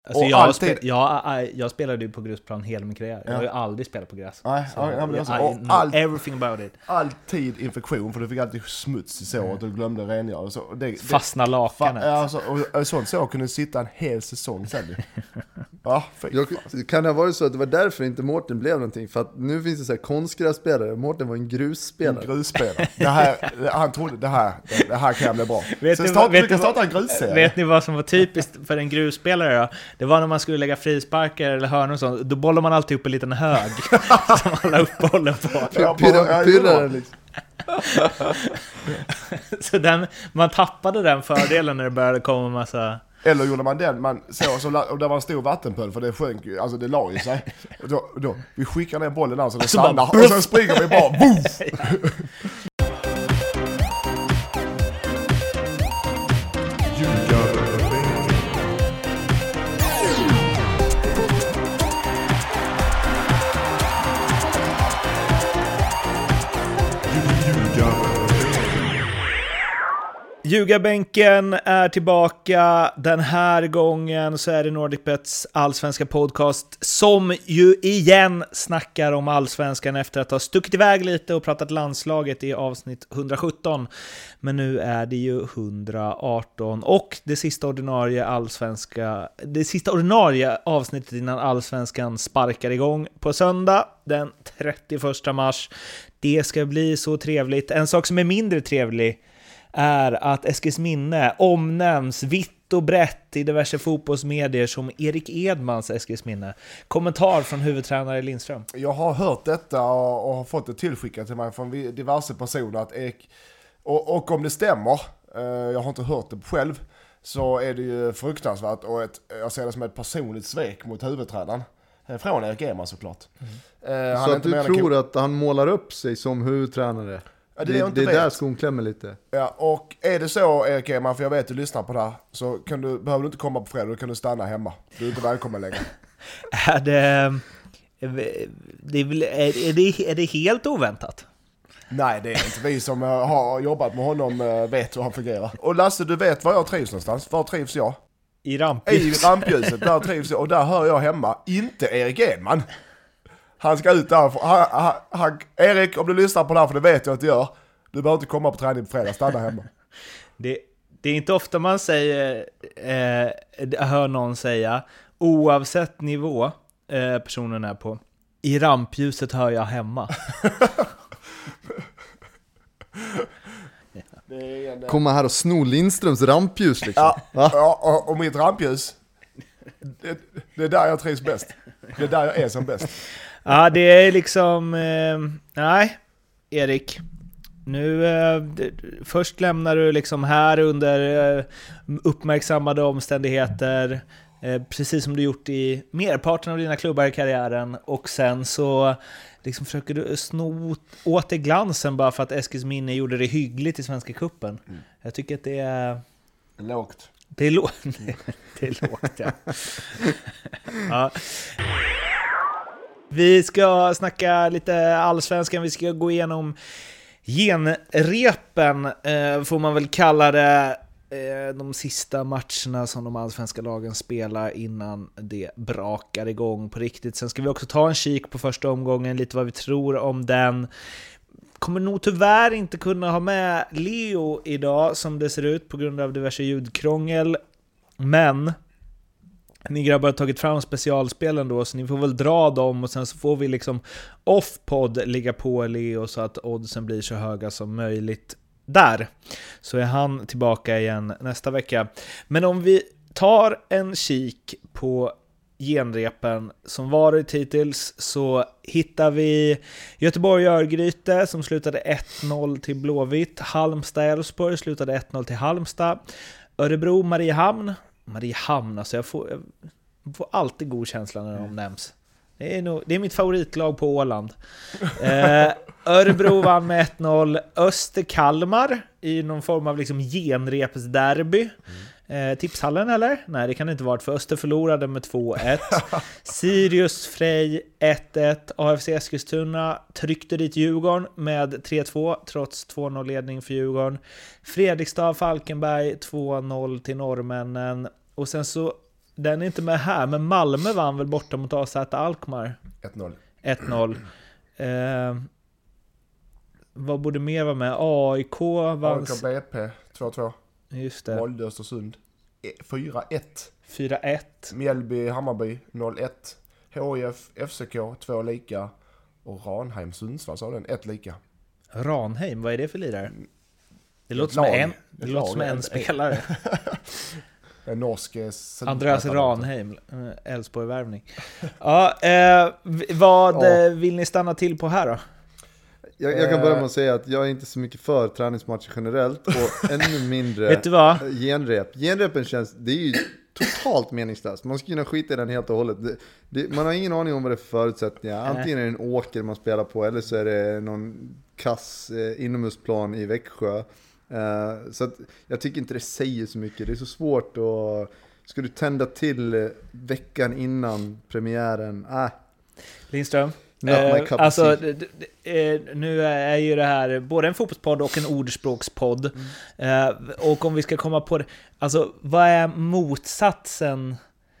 Alltså jag spelade ju på grusplan hela min karriär. Jag har ju aldrig spelat på gräs. Everything about it. Alltid infektion, för du fick alltid smuts i såret och du glömde rengöra. Fastna lakanet. Och sånt så kunde sitta en hel säsong sen. Kan det ha varit så att det var därför inte Mårten blev någonting? För att nu finns det så här konstgrässpelare. Mårten var en grusspelare. Han trodde det här kan bli bra. Vet ni vad som var typiskt för en grusspelare då? Det var när man skulle lägga frisparkar eller hörnor och sånt. Då bollar man alltid upp en liten hög som man la upp bollen på. Pyrrare liksom. Så man tappade den fördelen när det började komma en massa... Eller gjorde man den, och där var en stor vattenpöl, för det sjönk ju, alltså det la ju sig. Då, vi skickar ner bollen där så det stannar, och sen springer vi bara, woof! Ljugarbänken är tillbaka. Den här gången så är det NordicBets allsvenska podcast som ju igen snackar om allsvenskan efter att ha stuckit iväg lite och pratat landslaget i avsnitt 117. Men nu är det ju 118 och det sista ordinarie avsnittet innan allsvenskan sparkar igång på söndag den 31 mars. Det ska bli så trevligt. En sak som är mindre trevlig är att Eskilsminne omnämns vitt och brett i diverse fotbollsmedier som Erik Edmans Eskilsminne. Kommentar från huvudtränare Lindström. Jag har hört detta och har fått det tillskickat till mig från diverse personer att och om det stämmer, jag har inte hört det själv, så är det ju fruktansvärt och jag ser det som ett personligt svek mot huvudtränaren. Från Erik Edman såklart. Så att du tror att han målar upp sig som huvudtränare? Ja, det är där skon klämmer lite. Ja, och är det så, Erik Edman, för jag vet att du lyssnar på det här, så behöver du inte komma på fredag, då kan du stanna hemma. Du är inte välkommen längre. Är det helt oväntat? Nej, det är inte. Vi som har jobbat med honom vet hur han fungerar. Och Lasse, du vet var jag trivs någonstans. Var trivs jag? I rampljuset. Där trivs jag, och där hör jag hemma. Inte Erik Edman. Han ska ut där. Erik, om du lyssnar på det här, för det vet jag att du gör. Du behöver inte komma på träning på fredag, stanna hemma. Det är inte ofta man hör någon säga, oavsett nivå personen är på, i rampljuset hör jag hemma. Komma här och sno Lindströms rampljus liksom. Ja, och mitt rampljus, det är där jag trivs bäst. Det är där jag är som bäst. Ja, det är liksom... nej, Erik. Nu först lämnar du liksom här under uppmärksammade omständigheter, precis som du gjort i merparten av dina klubbar i karriären, och sen så liksom försöker du sno åt dig glansen bara för att Eskilsminne gjorde det hyggligt i Svenska cupen. Jag tycker att det är... lågt. Det är lågt, ja. Ja. Vi ska snacka lite allsvenskan, vi ska gå igenom genrepen, får man väl kalla det, de sista matcherna som de allsvenska lagen spelar innan det brakar igång på riktigt. Sen ska vi också ta en kik på första omgången, lite vad vi tror om den. Kommer nog tyvärr inte kunna ha med Leo idag som det ser ut på grund av diverse ljudkrångel, men ni grabbar har tagit fram specialspelen då, så ni får väl dra dem och sen så får vi liksom off-podd ligga på Leo så att oddsen blir så höga som möjligt där. Så är han tillbaka igen nästa vecka. Men om vi tar en kik på genrepen som varit hittills, så hittar vi Göteborg-Örgryte som slutade 1-0 till Blåvitt. Halmstad-Elfsborg slutade 1-0 till Halmstad. Örebro-Mariehamn, alltså jag får alltid god känsla när de nämns. Det är mitt favoritlag på Åland. Örebro vann med 1-0. Öster-Kalmar i någon form av liksom genrepsderby. Tipshallen eller? Nej, det kan det inte vara, för Öster förlorade med 2-1. Sirius Frej 1-1. AFC Eskilstuna tryckte dit Djurgården med 3-2 trots 2-0 ledning för Djurgården. Fredrikstad Falkenberg 2-0 till norrmännen. Och sen så den är inte med här, men Malmö vann väl borta mot AZ Alkmaar 1-0. 1-0. Vad borde mer vara med? AIK vann... AIK BP 2-2. Just det. Molde Östersund 4-1. 4-1. Mjällby Hammarby 0-1. HIF FCK 2 lika. Och Ranheim Sundsvall så har den 1 lika. Ranheim, vad är det för lirare? Det Ett låter som lag. en, det låter som en spelare. En norsk Andreas Ranheim, Elfsborg-värvning. Ja, vad vill ni stanna till på här då? Jag kan börja med att säga att jag är inte så mycket för träningsmatcher generellt och ännu mindre Vet du vad? genrep. Genrepen känns, det är ju totalt meningslöst. Man skulle kunna skita i den helt och hållet. Man har ingen aning om vad det är för förutsättningar. Antingen är det en åker man spelar på eller så är det någon kass inomhusplan i Växjö. Så att jag tycker inte det säger så mycket. Det är så svårt och ska du tända till veckan innan premiären? Lindström? Alltså, nu är ju det här både en fotbollspodd och en ordspråkspodd. Och om vi ska komma på det, alltså vad är motsatsen,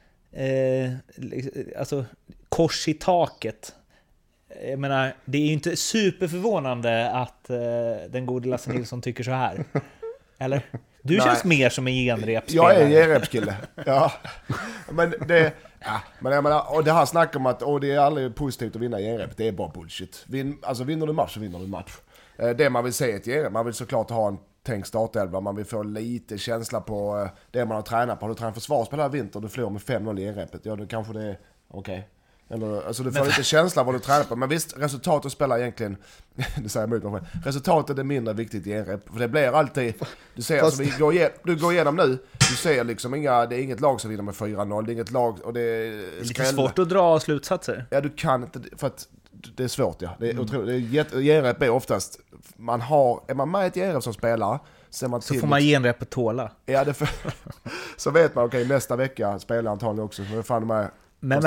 alltså kors i taket? Jag menar, det är ju inte superförvånande att den gode Lasse Nilsson tycker så här. Eller? Du känns mer som en genrepspelare. Jag är en genrepskille. Ja. Men det... Ja, men jag menar, och det här snackar om att det är aldrig positivt att vinna genrep, det är bara bullshit. Vinner du match så vinner du match. Det man vill se är ett genrep, man vill såklart ha en tänkt startelva, man vill få lite känsla på det man har tränat på. Har du tränat försvarsspel här vinter och du förlorar med 5-0 i genrepet, ja då kanske det är okej. Eller, alltså du får lite känsla vad du tränar på. Men visst, resultatet spelar egentligen det säger jag emot mig själv. Resultatet är mindre viktigt i en rep. För det blir alltid, du ser, alltså, du går igenom nu, du ser liksom det är inget lag som vinner med 4-0, det är inget lag och det är lite svårt att dra slutsatser. Ja, du kan inte, för att det är svårt, ja. Det är otroligt. Genrep är oftast, är man med i ett genrep som spelar så får man genrepet tåla. Ja, så vet man, okej, nästa vecka spelar antagligen också. Men fan med. Men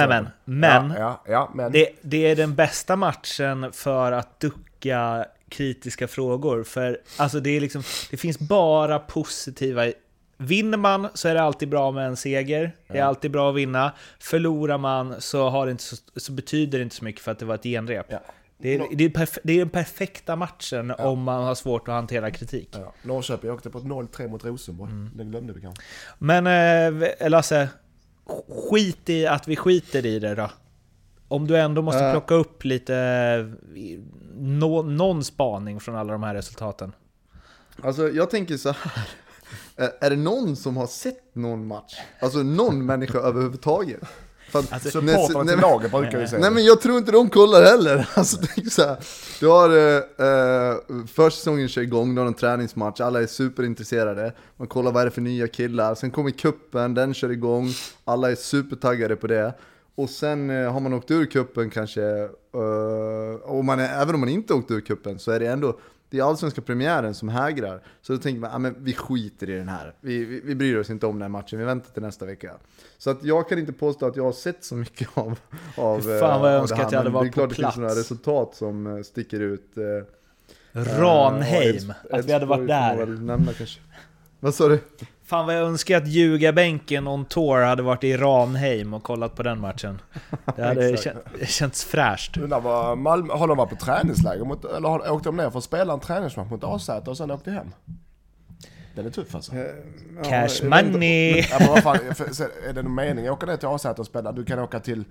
det är den bästa matchen för att ducka kritiska frågor. För alltså det är liksom, det finns bara positiva. Vinner man så är det alltid bra med en seger. Det är alltid bra att vinna. Förlorar man så betyder det inte så mycket för att det var ett genrep. Ja. Det är den perfekta matchen om man har svårt att hantera kritik. Ja. Norrköping åkte på ett 0-3 mot Rosenborg. Den glömde vi kanske. Men Lasse, skit i att vi skiter i det då. Om du ändå måste plocka upp lite någon spaning från alla de här resultaten. Alltså jag tänker så här. Är det någon som har sett någon match? Alltså någon människa överhuvudtaget? Alltså, supportarna till laget brukar vi säga. Nej, men jag tror inte de kollar heller. Alltså tänk så här. Du har försäsongen kör igång, du har en träningsmatch, alla är superintresserade. Man kollar vad är det för nya killar. Sen kommer kuppen, den kör igång. Alla är supertaggade på det. Och sen har man åkt ur kuppen kanske. Och även om man inte åkt ur kuppen så är det ändå, det är allsvenska premiären som hägrar. Så då tänker man, men vi skiter i den här. Vi bryr oss inte om den här matchen. Vi väntar till nästa vecka. Så att jag kan inte påstå att jag har sett så mycket av fan vad jag önskar att jag hade varit på plats. Det är klart det finns några resultat som sticker ut. Ranheim, att vi hade varit där. Nämna, kanske. Vad sa du? Fan vad jag önskar att Ljugarbänken on tour hade varit i Ranheim och kollat på den matchen. Det hade känts fräscht. Har de varit på träningsläger eller har åkt de ner för att spela en träningsmatch mot AZ och sen åkt hem? Den är tuff alltså. Cash money! Är det någon mening att åka ner till AZ och spela? Du kan åka till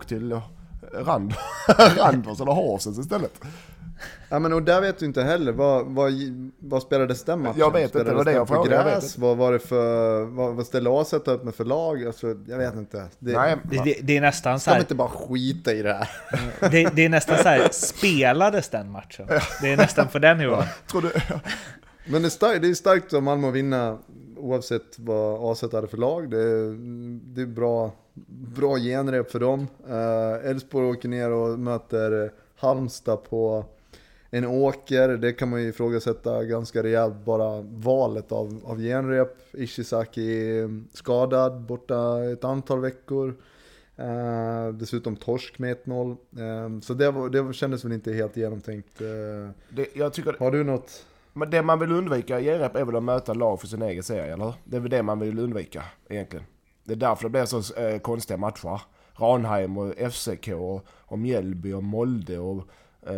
Randers eller Horsens istället. Ja, men och där vet du inte heller vad spelades den matchen? Jag vet inte, det jag frågade. Vad var det för vad ställde AZ upp med för lag? Alltså, jag vet inte. Det är nästan så här. Ska man inte bara skita i det här? Det är nästan så här, spelades den matchen? Det är nästan på den nivån. Tror du? Men det är starkt om Malmö vinna oavsett vad AZ hade för lag. Det är bra genrep för dem. Elfsborg åker ner och möter Halmstad på en åker. Det kan man ju ifrågasätta ganska rejält, bara valet av genrep. Ishizaki skadad borta ett antal veckor. Dessutom torsk med 1-0. Så det kändes väl inte helt genomtänkt. Har du något? Men det man vill undvika i genrep är väl att möta lag för sin egen serie, eller? Det är väl det man vill undvika egentligen. Det är därför det blir så konstiga matcher. Ranheim och FCK och Mjällby och Molde och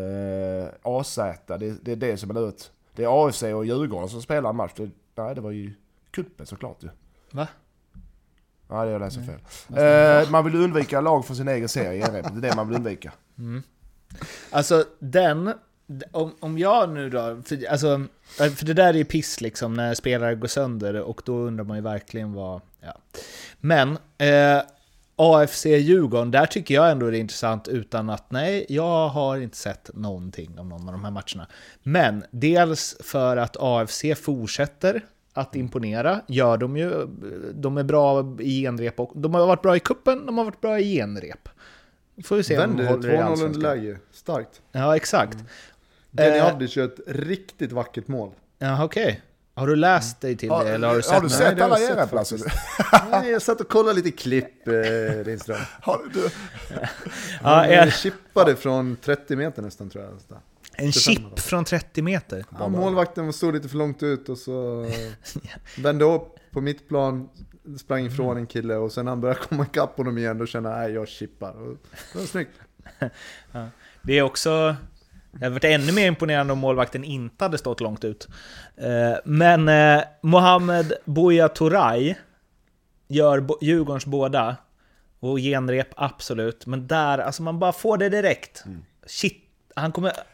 AZ. Det är det som är ut. Det är AFC och Djurgården som spelar en match. Det var ju kuppen såklart ju. Va? Ja, det är det så fel. Man vill undvika lag för sin egen serie. Det är det man vill undvika. Alltså om jag nu då, för det där är ju piss liksom när spelare går sönder, och då undrar man ju verkligen vad, ja. Men AFC Djurgården, där tycker jag ändå det är intressant, utan att, nej, jag har inte sett någonting om någon av de här matcherna. Men dels för att AFC fortsätter att imponera, gör de ju, de är bra i genrep, och de har varit bra i kuppen, de har varit bra i genrep. Får vi se om de håller 2-0 underläge, starkt. Ja, exakt. Denny Avdic kör ett riktigt vackert mål. Ja, okej. Har du läst dig till det? Eller har du sett, har du sett alla genrepplatser? Nej, jag satt och kollade lite klipp, Lindström. Har du? Jag chippade från 30 meter nästan, tror jag. En chip från 30 meter? Ja, målvakten stod lite för långt ut och så vände upp på mitt plan, sprang ifrån en kille, och sen han började komma ikapp honom igen, då kände jag, jag chippar. Och det var snyggt. Ja. Det är också... Det hade varit ännu mer imponerande om målvakten inte hade stått långt ut. Men Mohamed Buya Turay gör Djurgårdens båda. Och genrep, absolut. Men där, alltså man bara får det direkt. Shit, han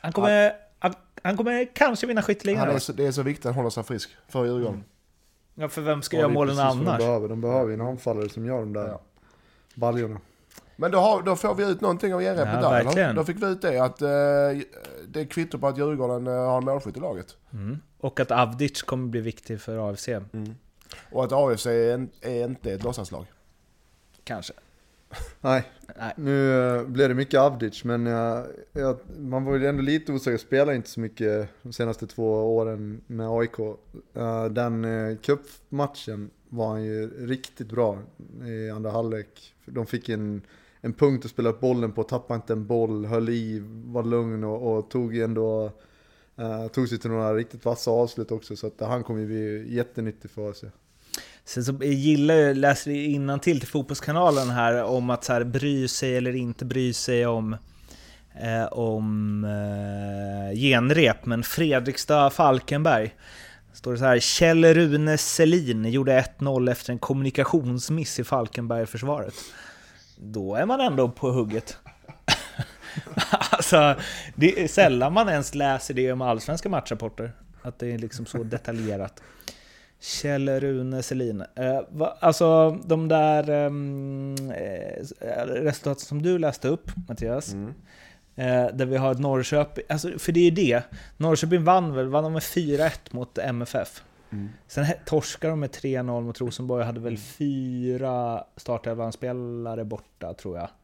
kommer kanske vinna skytteligan. Det är så viktigt att hålla sig frisk för Djurgården. Ja, för vem ska göra målen annars? De behöver en anfallare som gör de där baljorna. Men då får vi ut någonting av genrepet där. Verkligen. Då fick vi ut det att det är kvitto på att Djurgården har en målskytt i laget. Och att Avdic kommer bli viktig för AFC. Och att AFC är inte ett låtsaslag. Kanske. Nej. Nu blev det mycket Avdic, men man var ju ändå lite osäker. Spelar inte så mycket de senaste 2 åren med AIK. Den cupmatchen var han ju riktigt bra i andra halvlek. De fick en punkt att spela upp bollen på, tappade inte en boll, höll i, var lugn och tog sig till några riktigt vassa avslut också, så att han kommer ju bli jättenyttig för oss. Sen så läser innantill till Fotbollskanalen här om att så här, bry sig eller inte bry sig om genrep, men Fredrikstad Falkenberg står det så här: Kjell Rune Selin gjorde 1-0 efter en kommunikationsmiss i Falkenberg-försvaret. Då är man ändå på hugget. Alltså, det är sällan man ens läser det om allsvenska matchrapporter, att det är liksom så detaljerat. Kjell Rune Selin. Alltså de där resultat som du läste upp, Mattias, där vi har ett Norrköping, alltså, för det är det. Norrköping vann de med 4-1 mot MFF. Sen torskade de med 3-0 mot Rosenborg och hade väl 4 startelvan-spelare borta, tror jag.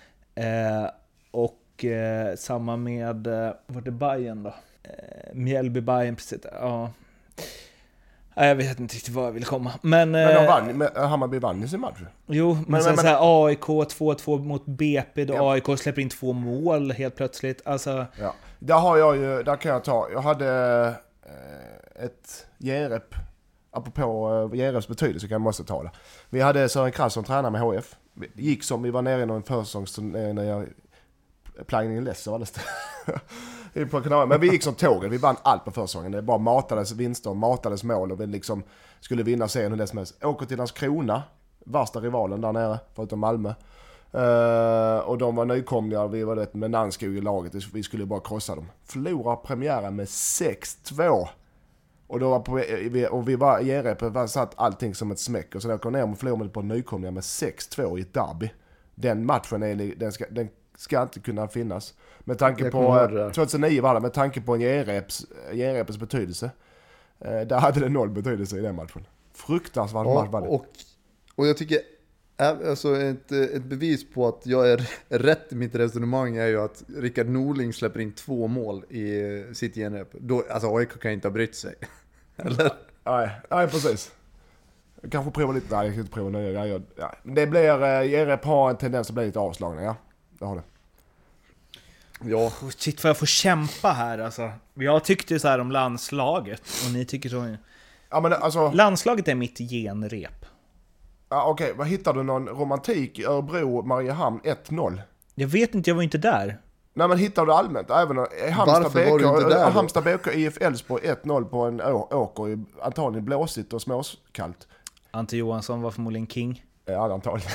Och samma med var det Bayern då? Mjällby Bayern, precis. Ja. Jag vet inte riktigt vad jag vill komma. Men de vann, Hammarby vann i sin match. Jo, men sen så här AIK 2-2 mot BP då AIK släpper in 2 mål helt plötsligt. Alltså... Ja. Där kan jag ta. Jag hade ett genrep. Apropå genreps betydelse kan jag måste ta det. Vi hade Sören Krass som tränare med HF. Vi var nere i någon försäsongsturnering när jag plagningen läs var det på kanalen. Men vi gick som tåget. Vi vann allt på försäsongen. Det bara matades vinster och matades mål, och vi liksom skulle vinna serien hur det som helst. Åker till Landskrona, värsta rivalen där nere förutom Malmö. Och de var nykomlingar. Vi var med Nanskog i laget. Vi skulle bara krossa dem. Förlorar premiären med 6-2. Och då var vi var i genrepet, var satt allting som ett smäck, och så då kom ner och förlorade på nykomlingar med 6-2 i ett derby. Den matchen den ska inte kunna finnas. Med tanke på 2009 var det, med tanke på en genreps betydelse. Där hade det 0 betydelse i den matchen. Fruktansvärt match var det. Och jag tycker alltså ett bevis på att jag är rätt i mitt resonemang är ju att Rickard Norling släpper in 2 mål i sitt genrep. Då, alltså AIK kan inte ha brytt sig. Eller? Nej, precis. Jag kanske prova lite. Nej, jag kan inte prova nya grejer. Ja. Det blir, genrep har en tendens att bli lite avslagna, ja. Det har det. Ja. Shit, vad jag får kämpa här alltså. Jag tyckte ju så här om landslaget, och ni tycker så. Ja, men alltså... Landslaget är mitt genrep. Ja, okej. Vad hittar du någon romantik i Örebro, Mariehamn 1-0? Jag vet inte, jag var inte där. Nej, men hittar du allmänt? Även Varför var du inte där då? Halmstad BK IF Elfsborg 1-0 på en åker, antagligen blåsigt och småskallt. Ante Johansson var förmodligen king. Ja, antagligen.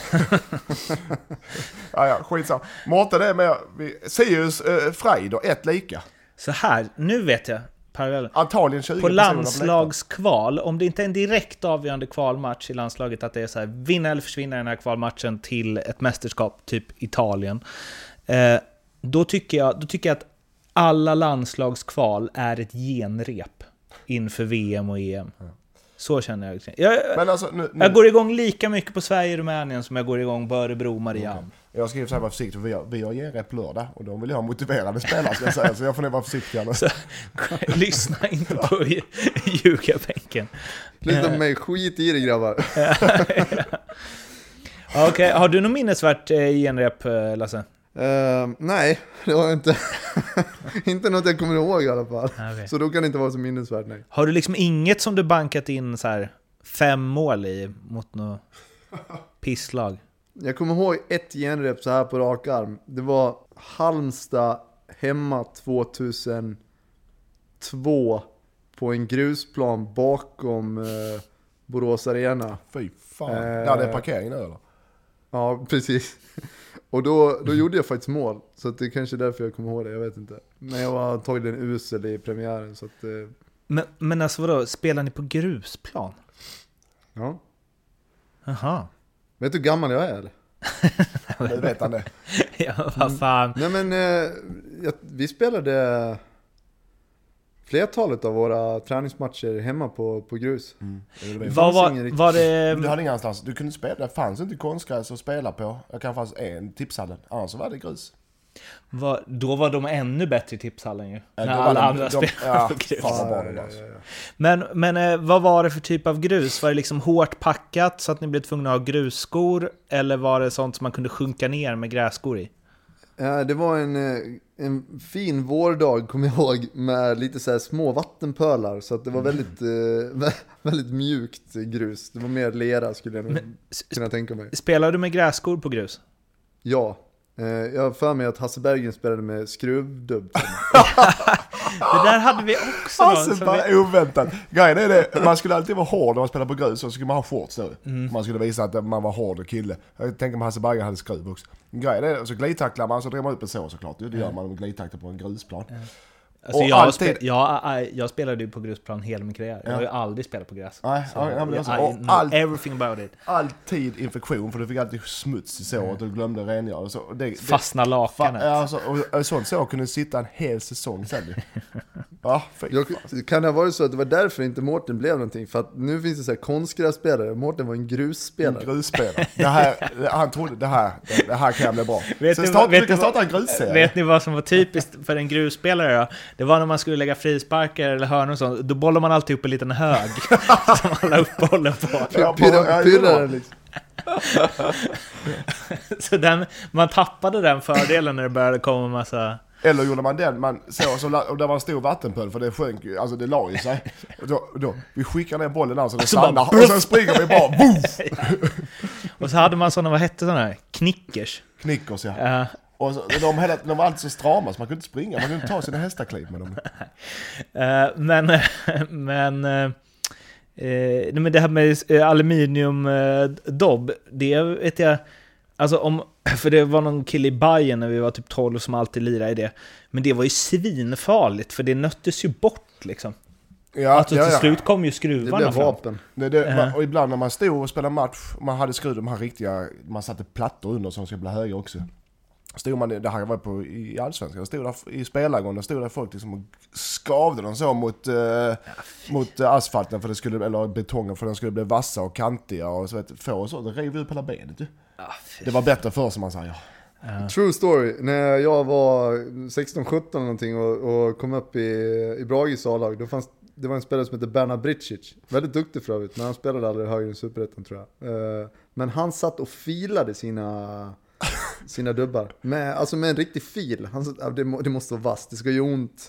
ja, skitsamma. Mårten är med. Sirius Freider, 1 lika. Så här, nu vet jag parallellen. Antagligen 20 På personer landslagskval, om det inte är en direkt avgörande kvalmatch i landslaget, att det är så här, vinna eller försvinna den här kvalmatchen till ett mästerskap, typ Italien, då tycker jag att alla landslagskval är ett genrep inför VM och EM. Så känner jag. Men alltså, nu. Jag går igång lika mycket på Sverige-Rumänien som jag går igång på Örebro Mariehamn. Okay. Jag skriver så här, var försiktig, för vi har genrep lördag och de vill ha motiverade spelare, ska jag säga, så jag får nog vara försiktig. Lyssna inte på ljugarbänken. Lyssna på mig, skit i det grabbar. Okej, har du något minnesvärt genrep, Lasse? Nej, det har jag inte. Inte något jag kommer ihåg i alla fall. Okay. Så då kan det inte vara så minnesvärt, nej. Har du liksom inget som du bankat in så här 5 mål i mot något pisslag? Jag kommer ihåg ett genrep så här på rak arm. Det var Halmstad hemma 2002 på en grusplan bakom Borås Arena. Fy fan. Ja, det är parkering nu eller? Ja, precis. Och då gjorde jag faktiskt mål. Så att det är kanske därför jag kommer ihåg det, jag vet inte. Men jag var tagit en usel i premiären. Så att, men alltså vadå, spelar ni på grusplan? Ja. Jaha. Vet du hur gammal jag är eller? Nu vet han det. Ja, vad fan. Nej men, vi spelade flertalet av våra träningsmatcher hemma på grus. Var det... Du hade ingenstans, du kunde spela, det fanns inte konstgräs att spela på. Jag kan fanns en tipshallen, annars så var det grus. Då var de ännu bättre i tipshallen ju. Ja, när alla andra spelade på grus. Men vad var det för typ av grus? Var det liksom hårt packat så att ni blev tvungna att ha grusskor? Eller var det sånt som man kunde sjunka ner med grässkor i? Det var en fin vårdag, kommer jag ihåg, med lite så här små vattenpölar. Så att det var väldigt, väldigt mjukt grus. Det var mer lera, skulle jag nog kunna tänka mig. Spelade du med grässkor på grus? Ja. Jag har för mig att Hasse Bergen spelade med skruvdubb. Det där hade vi också. Hasse bara oväntat. Grejen är det, man skulle alltid vara hård när man spelar på grus, och så skulle man ha shorts då. Man skulle visa att man var hård och kille. Jag tänker att Hasse Bergen hade skruv också. Grejen är det, så glidtacklar man, så drar man upp en såklart. Det gör man med glidtacklar på en grusplan. Alltså jag spelade ju på grusplan hela min karriär. Jag har ju aldrig spelat på gräs. Nej, Everything about it. Alltid infektion, för du fick alltid smuts i såret och du glömde rengöra. Fastna lakanet. Och sånt så kunde sitta en hel säsong sen. Ja, kan det ha varit så att det var därför inte Mårten blev någonting? För att nu finns det så här konstgrässpelare. Mårten var en grusspelare. En grusspelare. Han trodde det här kan bli bra. Vet ni vad som var typiskt för en grusspelare då? Det var när man skulle lägga frisparkar eller hörnor och sånt. Då bollar man alltid upp en liten hög som man la upp bollen på. Pyrrare liksom. Så man tappade den fördelen när det började komma en massa... Eller gjorde man den, och där var en stor vattenpöl, för det sjönk ju, alltså det la ju sig. Då, vi skickar ner bollen där så den stannar, och sen springer vi bara, woof! Och så hade man sådana, vad hette sådana här? Knickers, ja. Och så, de var alltid så strama så man kunde inte springa, man kunde inte ta sina hästakliv med dem. Men det här med aluminiumdobb, det vet jag, alltså för det var någon kille i Bayern när vi var typ 12 som alltid lirade i det, men det var ju svinfarligt för det nöttes ju bort liksom. Ja, till slut kom ju skruvarna. Det blev vapen. Och ibland när man stod och spelade match, man hade skruv, de här riktiga, man satte plattor under som skulle bli höga också. Stod man, det här var på i Allsvenskan, stod där i spelargången, stod där folk liksom och skavde dem så mot asfalten, för det skulle, eller betongen, för den skulle bli vassa och kantiga och så vet, få och så, det rev ut på hela benet. Det var bättre för, som man säger. True story. När jag var 16-17 någonting och kom upp i Bragis A-lag, det var en spelare som heter Bernard Bricic. Väldigt duktig för övrigt, men han spelade aldrig högre än Superettan, tror jag. Men han satt och filade sina dubbar med en riktig fil. Han sa, det måste vara vass, det ska ju ont.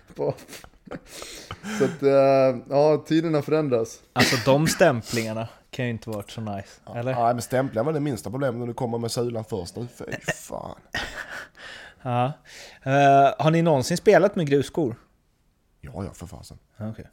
Så att tiderna förändras. Alltså de stämplingarna kan ju inte varit så nice, eller? Nej, men stämplar var det minsta problemet när du kommer med sulan först. Fy fan. Ja. Har ni någonsin spelat med grusskor? Ja, för fasen. Okej.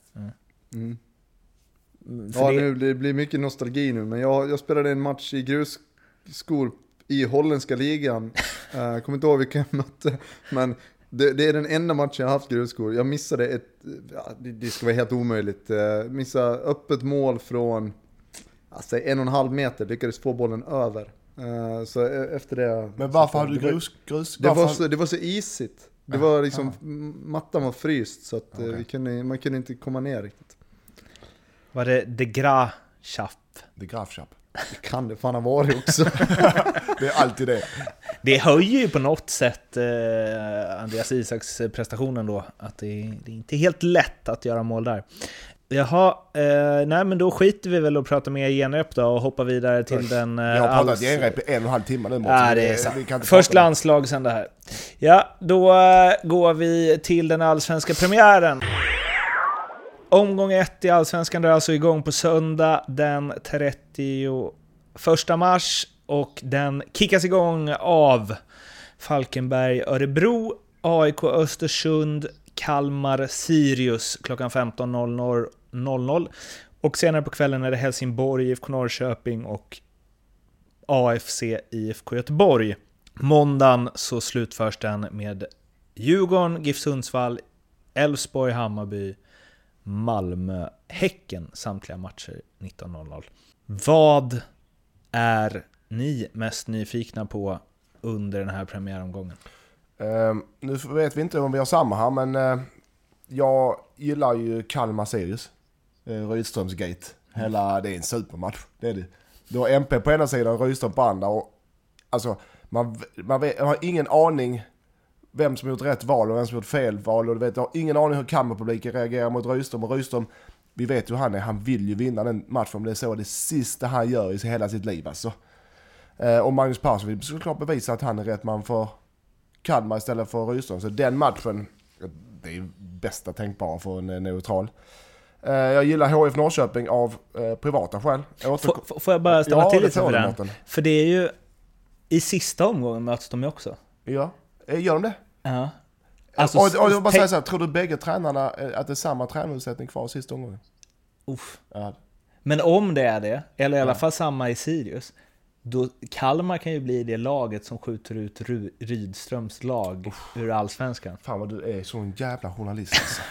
Ja, nu, det blir mycket nostalgi nu, men jag spelade en match i grusskor i holländska ligan. Kommer inte ihåg vilka jag mötte, men det är den enda matchen jag har haft grusskor. Jag missade det ska vara helt omöjligt. Missade öppet mål från 1,5 meter, lyckades få bollen över. Så efter det... Men varför hade du grus? Det var så isigt. Det var liksom, mattan var fryst, så att man kunde inte komma ner riktigt. Var det De Graafschap? Det är Graafschap. Det kan det fan ha varit också. Det är alltid det. Det höjer ju på något sätt Andreas Isaks prestationen då, att det är inte helt lätt att göra mål där. Jaha, nej men då skiter vi väl och pratar mer genrep då och hoppar vidare till den... Jag har pratat genrep i 1,5 timmar nu. Ja, det är sant. Först landslag, sen det här. Ja, då går vi till den allsvenska premiären. Omgång 1 i allsvenskan är alltså igång på söndag den 31 mars och den kickas igång av Falkenberg, Örebro, AIK, Östersund, Kalmar, Sirius klockan 15.00 och senare på kvällen är det Helsingborg, IFK Norrköping och AFC IFK Göteborg. Måndagen så slutförs den med Djurgården, GIF Sundsvall, Elfsborg, Hammarby, Malmö, Häcken, samtliga matcher 19.00. Vad är ni mest nyfikna på under den här premiäromgången? Nu vet vi inte om vi har samma här, men jag gillar ju Kalmar Sirius. Rydströms gate. Det är en supermatch. Det är det. Du har MP på ena sidan och Rydström på andra. Och, alltså, man har ingen aning vem som gjort rätt val och vem som gjort fel val. Och du har ingen aning hur Kalmarpubliken reagerar mot Rydström. Och Rydström, vi vet ju hur han är. Han vill ju vinna den matchen. Om det är så det sista han gör i hela sitt liv. Alltså. Och Magnus Persson vill såklart bevisa att han är rätt man för Kalmar istället för Rydström. Så den matchen, det är bästa tänkbara för en neutral. Jag gillar HF Norrköping av privata skäl. Får jag bara stanna till lite för den? Måten. För det är ju i sista omgången möts de ju också. Ja, gör de det? Ja. Alltså, och jag bara säga så här, tror du bägge tränarna att det är samma tränarutsättning kvar i sista omgången? Ja. Men om det är det, eller i alla fall samma i Sirius, då Kalmar kan ju bli det laget som skjuter ut Rydströms lag ur allsvenskan. Fan vad du är sån jävla journalist alltså.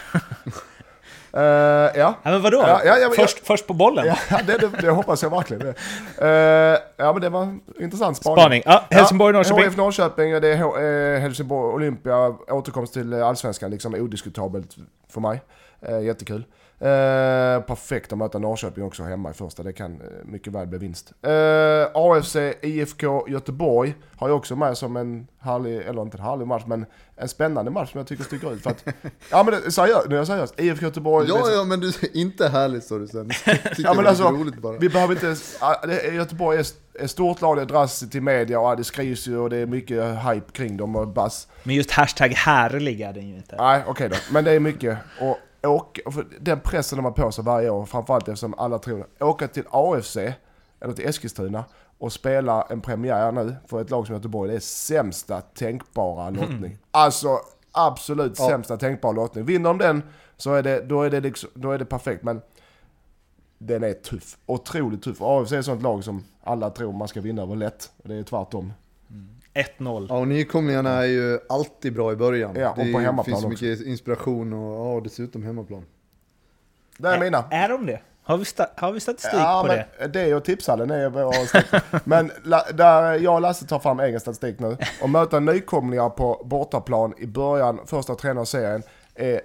Ja, men vadå? Först på bollen. Ja, det hoppas jag verkligen. Ja, men det var intressant spaning. Ja, Helsingborg, Norrköping. HF Norrköping, det är Helsingborg Olympia, återkomst till allsvenskan, liksom odiskutabelt för mig. Jättekul. Perfekt att möta Norrköping också hemma i första. Det kan mycket väl bli vinst. AFC IFK Göteborg har jag också med som en härlig, eller inte en härlig match, men en spännande match som jag tycker sticker ut för att, ja men nu är jag seriös. IFK Göteborg. Ja, men du är inte härligt så du sen. Ja, men alltså, roligt bara. Vi behöver inte, Göteborg är stort lag, det dras till media och det skrivs ju och det är mycket hype kring dem och bass. Men just hashtag härliga är det ju inte. Nej, okej då. Men det är mycket och den pressen de har på sig varje år, framförallt eftersom alla tror åka till AFC eller till Eskilstuna och spela en premiär nu för ett lag som Göteborg, det är sämsta tänkbara lottning. Alltså absolut sämsta tänkbara lottning. Vinner de den så är det perfekt, men den är tuff, otroligt tuff. AFC är ett sånt lag som alla tror man ska vinna över lätt, och det är tvärtom. 1-0. Ja, och nykomlingarna är ju alltid bra i början. Ja, och på hemmaplan finns också. mycket inspiration och dessutom hemmaplan. Det är mina. Är de det? Har vi statistik på det? Det och tipshallen är våra statistik. Men där jag och Lasse tar fram egen statistik nu och möta nykomlingar på bortaplan i början, första tränarserien, är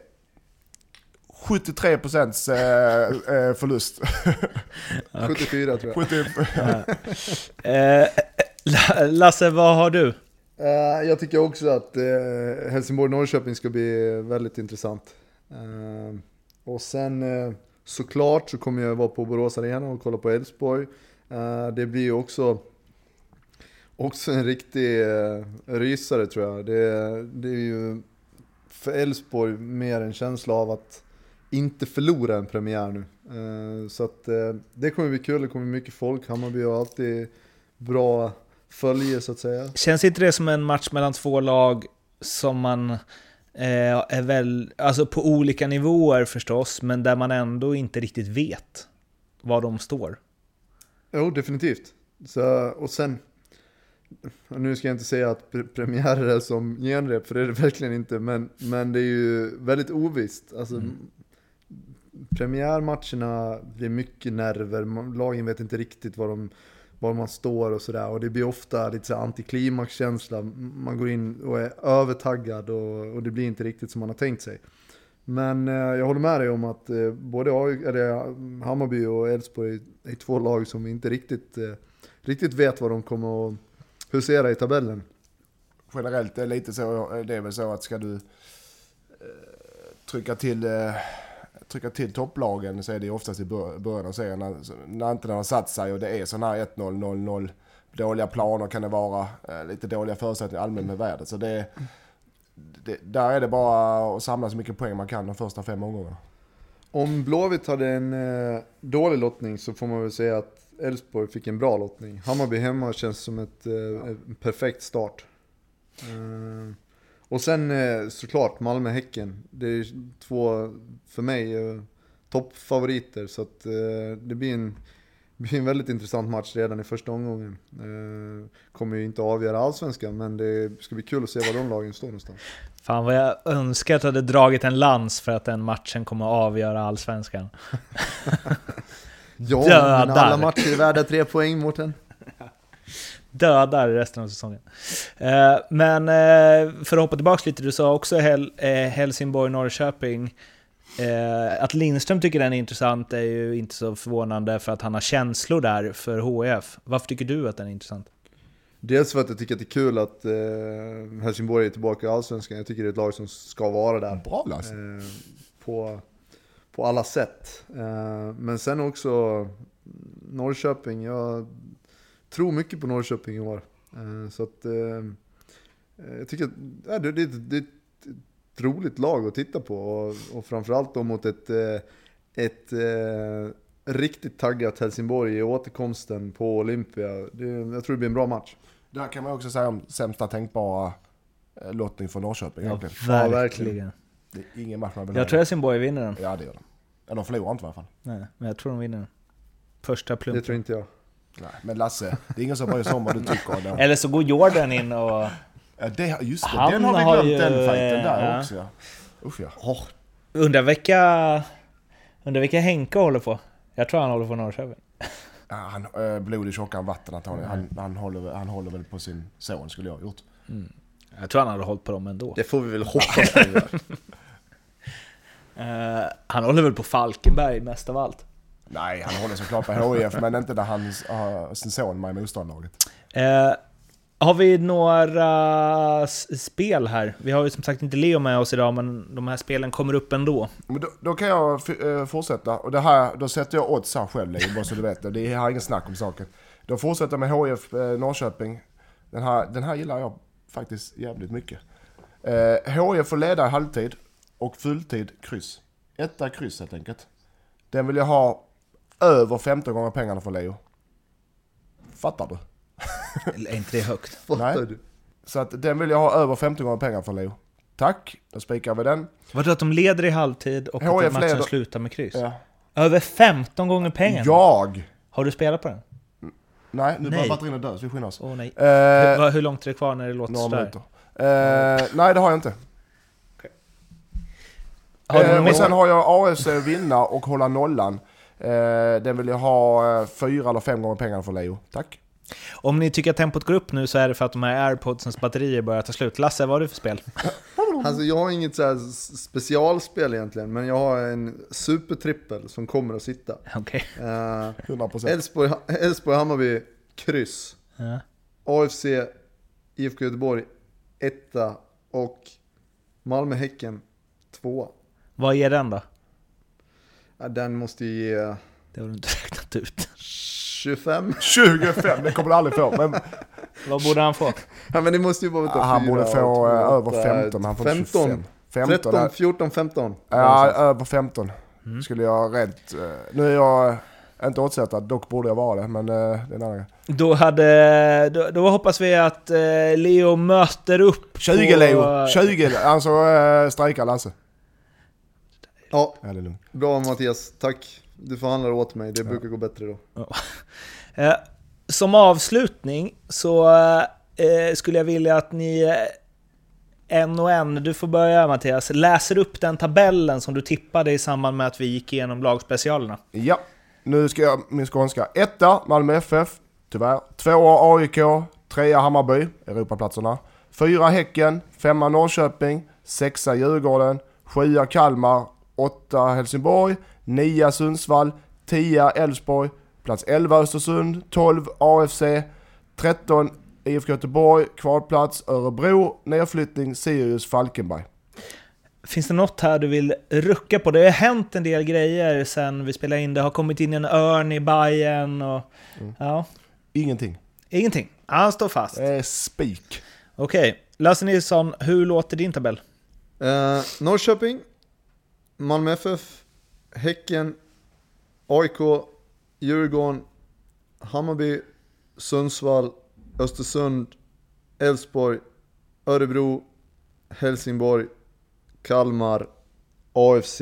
73% förlust. 74 tror jag. Lasse, vad har du? Jag tycker också att Helsingborg-Norrköping ska bli väldigt intressant. Och sen såklart så kommer jag vara på Borås Arena och kolla på Elfsborg. Det blir ju också en riktig rysare tror jag. Det är ju för Elfsborg mer en känsla av att inte förlora en premiär nu. Så att det kommer bli kul, det kommer bli mycket folk. Hammarby har alltid bra följe så att säga. Känns inte det som en match mellan två lag som man är väl, alltså på olika nivåer förstås, men där man ändå inte riktigt vet var de står? Jo, definitivt. Så, och sen, nu ska jag inte säga att premiärer är som genrep, för det är det verkligen inte, men det är ju väldigt ovisst. Alltså, premiärmatcherna, det är mycket nerver, lagen vet inte riktigt var man står och sådär, och det blir ofta lite så antiklimaxkänsla, man går in och är övertaggad och det blir inte riktigt som man har tänkt sig. Men jag håller med dig om att både Hammarby och Elfsborg är två lag som inte riktigt vet vad de kommer att husera i tabellen. Generellt är det lite så, det är väl så att ska du trycka till topplagen så är det oftast i början av serien när inte den har satt sig och det är sån här 1-0, 0-0, dåliga planer kan det vara, lite dåliga förutsättningar allmänt med vädret. Så där är det bara att samla så mycket poäng man kan de första 5 omgångarna. Om Blåvitt hade en dålig lottning så får man väl säga att Elfsborg fick en bra lottning. Hammarby hemma känns som en perfekt start. Och sen såklart Malmö-Häcken. Det är 2 för mig toppfavoriter, så att det blir en väldigt intressant match redan i första omgången. Kommer ju inte avgöra allsvenskan, men det ska bli kul att se var de lagen står någonstans. Fan vad jag önskar att jag hade dragit en lans för att den matchen kommer att avgöra allsvenskan. Ja, men alla matcher är värda 3 poäng, Mårten. Dödar resten av säsongen. Men för att hoppa tillbaka lite, du sa också Helsingborg-Norrköping. Att Lindström tycker den är intressant är ju inte så förvånande, för att han har känslor där för HF. Varför tycker du att den är intressant? Dels för att jag tycker att det är kul att Helsingborg är tillbaka i allsvenskan. Jag tycker det är ett lag som ska vara där. Bra, Lars. På alla sätt. Men sen också Norrköping. Jag tror mycket på Norrköping i år. Så att jag tycker att det är ett roligt lag att titta på. Och framförallt då mot ett riktigt taggat Helsingborg i återkomsten på Olympia. Jag tror det blir en bra match. Där kan man också säga om sämsta tänkbara lottning för Norrköping. Ja, verkligen. Det är ingen match man vill. Jag tror Helsingborg vinner den. Ja, det gör de. Ja, de förlorar inte i alla fall. Nej, men jag tror de vinner den. Första plumpen. Det tror inte jag. Nej, men Lasse, det är ingen som bryr sig om vad du tycker. Eller så går Jordan in och... Ja, just det. Han den har vi har glömt, ju, den fighten där ja. också. Ja. Usch ja. Undrar vilka Henke håller på. Jag tror han håller på Norrköping. Ja, han blodig tjockare än vatten antagligen. Han håller väl på sin son, skulle jag ha gjort. Jag tror han hade hållit på dem ändå. Det får vi väl hoppas på. Han håller väl på Falkenberg mest av allt. Nej, han håller såklart på HIF, men inte där han har sin son med i motståndarlaget. Har vi några spel här? Vi har ju som sagt inte Leo med oss idag, men de här spelen kommer upp ändå. Men då kan jag fortsätta. Och det här, då sätter jag odds här själv, Leo, bara så du vet. Det är ingen snack om saken. Då fortsätter med HIF Norrköping. Den här gillar jag faktiskt jävligt mycket. HIF får leda i halvtid och fulltid kryss. 1 kryss helt enkelt. Den vill jag ha över 15 gånger pengarna för Leo. Fattar du? Är inte det högt? Nej. Så att den vill jag ha över 15 gånger pengar för Leo. Tack, då spikar vi den. Vadå, att de leder i halvtid och att matchen slutar med kryss? Ja. Över 15 gånger pengarna? Jag! Har du spelat på den? Nej, nu börjar batterierna dö, så vi skyndar oss. Nej. Hur långt är det kvar när det låter sådär? Nej, det har jag inte. Okay. Och sen har jag AFC vinna och hålla nollan. Den vill jag ha 4 eller 5 gånger pengarna för Leo. Tack. Om ni tycker att tempot går upp nu så är det för att de här AirPodsens batterier börjar ta slut. Lasse, vad har du för spel? Alltså jag har inget så här specialspel egentligen, men jag har en supertrippel som kommer att sitta. Okej. 100%. Elfsborg Hammarby kryss. Ja. AFC IFK Göteborg 1 och Malmö Häcken 2. Vad ger den då? Ja, den måste ju ge... Det har du inte räknat ut. 25. 25, det kommer du aldrig få. Men... Vad borde han få? Ja, men det måste ju bara ta 4. Han borde få över 15, men han får 15. 25. 13, 14, 15. Ja, över 15. Skulle jag rent... Nu är jag inte åtsättad, dock borde jag vara det, men det är en annan. Då hoppas vi att Leo möter upp 20 på... Leo, 20, alltså strejkar Lasse. Ja, bra Mattias, tack. Du förhandlar åt mig, det brukar gå bättre då. Som avslutning så skulle jag vilja att ni du får börja Mattias, läser upp den tabellen som du tippade i samband med att vi gick igenom lagspecialerna. Ja, nu ska jag min skånska. 1 Malmö FF, tyvärr. 2 AIK, 3 Hammarby, Europaplatserna. 4 Häcken, 5 Norrköping, 6 Djurgården, 7 Kalmar, 8 Helsingborg, 9 Sundsvall, 10 Elfsborg, plats 11 Östersund, 12 AFC, 13 IFK Göteborg, kvalplats Örebro, nedflyttning Sirius Falkenberg. Finns det något här du vill rucka på? Det har hänt en del grejer sen vi spelade in. Det har kommit in en örn i Bayern och... Ja. Ingenting. Han står fast. Spik. Okej. Lasse Nilsson, hur låter din tabell? Norrköping, Malmö FF, Häcken, AIK, Djurgården, Hammarby, Sundsvall, Östersund, Elfsborg, Örebro, Helsingborg, Kalmar, AFC,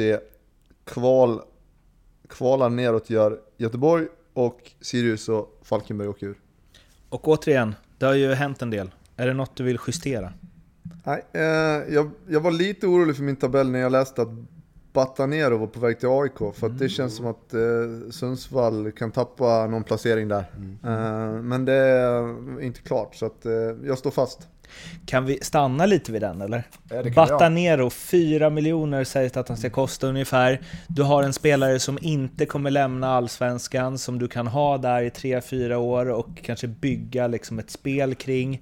kvalar neråt gör Göteborg och Sirius och Falkenberg åker ur. Och återigen, det har ju hänt en del. Är det något du vill justera? Nej, jag var lite orolig för min tabell när jag läste att Batanero var på väg till AIK, för att det känns som att Sundsvall kan tappa någon placering där. Men det är inte klart, så att jag står fast. Kan vi stanna lite vid den, eller? Ja, Batanero, 4 miljoner sägs att han ska kosta ungefär. Du har en spelare som inte kommer lämna Allsvenskan, som du kan ha där i 3-4 år och kanske bygga liksom ett spel kring.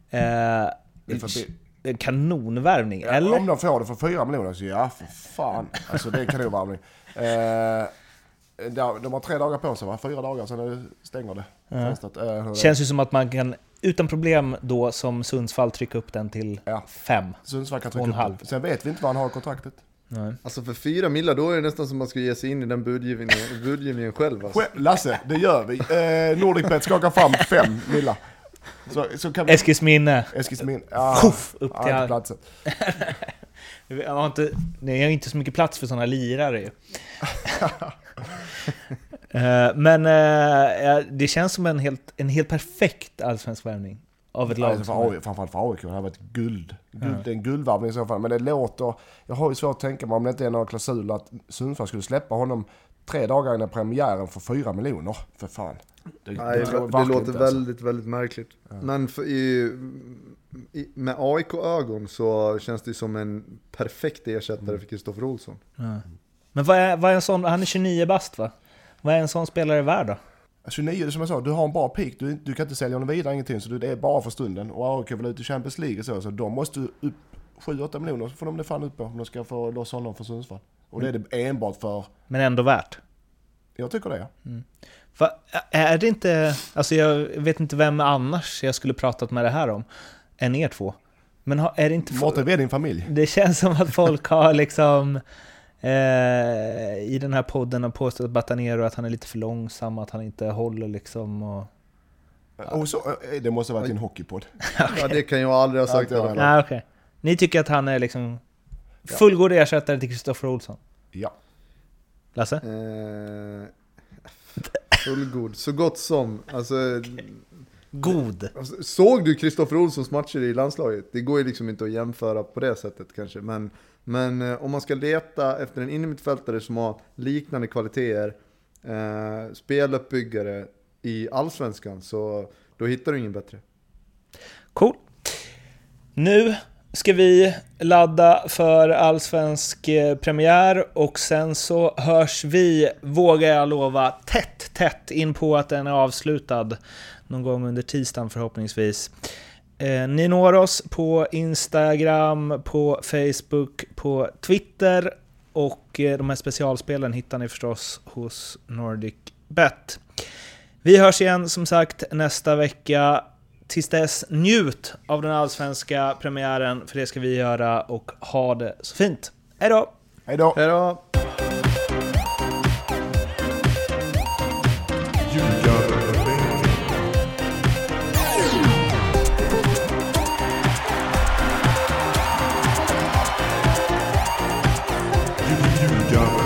En kanonvärvning, ja, eller? Om de får det för 4 miljoner så ja, för fan. Alltså det är en kanonvärvning. De har 3 dagar på sig, va? 4 dagar sedan stänger det. Känns ju som att man kan utan problem då som Sundsvall trycka upp den till 5. Sundsvall kan trycka upp den. Sen vet vi inte vad han har i kontraktet. Nej. Alltså för 4 millar då är det nästan som man ska ge sig in i den budgivningen själv. Alltså. Lasse, det gör vi. Nordicbet skakar fram 5 millar. Så kan vi... Eskilsminne. Upp till platsen. Ni har inte så mycket plats för sådana lirare ju. Men det känns som en helt perfekt allsvensk värvning av ett lag. Framförallt för AIK, det här var ett guld. Det är en guldvärvning i så fall. Men det låter... Jag har ju svårt att tänka mig om det inte är någon klausul att Sundsvall skulle släppa honom 3 dagar innan premiären för 4 miljoner. För fan. Det låter väldigt, väldigt märkligt. Ja. Men med AIK-ögon så känns det som en perfekt ersättare för Kristoffer Olsson. Ja. Men vad är en sån... Han är 29 bast, va? Vad är en sån spelare värd då? 29, som jag sa, du har en bra peak. Du kan inte sälja honom vidare, ingenting. Så det är bara för stunden. Och AIK vill ut i Champions League så de måste upp 7-8 miljoner. Så får de det fan upp på om de ska få loss honom för Sundsvall. Och det är det enbart för... Men ändå värt. Jag tycker det, ja. Är det inte... Alltså jag vet inte vem annars jag skulle pratat med det här om än er två. Men är det inte... Måste vi din familj? Det känns som att folk har liksom... i den här podden har påstått Batanero att han är lite för långsam, att han inte håller liksom och så, det måste vara en hockeypodd. Ja, det kan jag aldrig ha sagt. Okay. Ni tycker att han är liksom fullgod ersättare till Kristoffer Olsson? Ja. Lasse? Fullgod, så gott som. Alltså, god. Såg du Kristoffer Olssons matcher i landslaget? Det går ju liksom inte att jämföra på det sättet kanske, men om man ska leta efter en innermittfältare som har liknande kvaliteter, speluppbyggare i Allsvenskan, så då hittar du ingen bättre. Cool. Nu ska vi ladda för allsvensk premiär och sen så hörs vi, vågar jag lova, tätt in på att den är avslutad någon gång under tisdagen förhoppningsvis. Ni når oss på Instagram, på Facebook, på Twitter och de här specialspelen hittar ni förstås hos NordicBet. Vi hörs igen som sagt nästa vecka. Tills dess, njut av den allsvenska premiären, för det ska vi göra, och ha det så fint. Hej då! Hej då! Hej då! ljuga.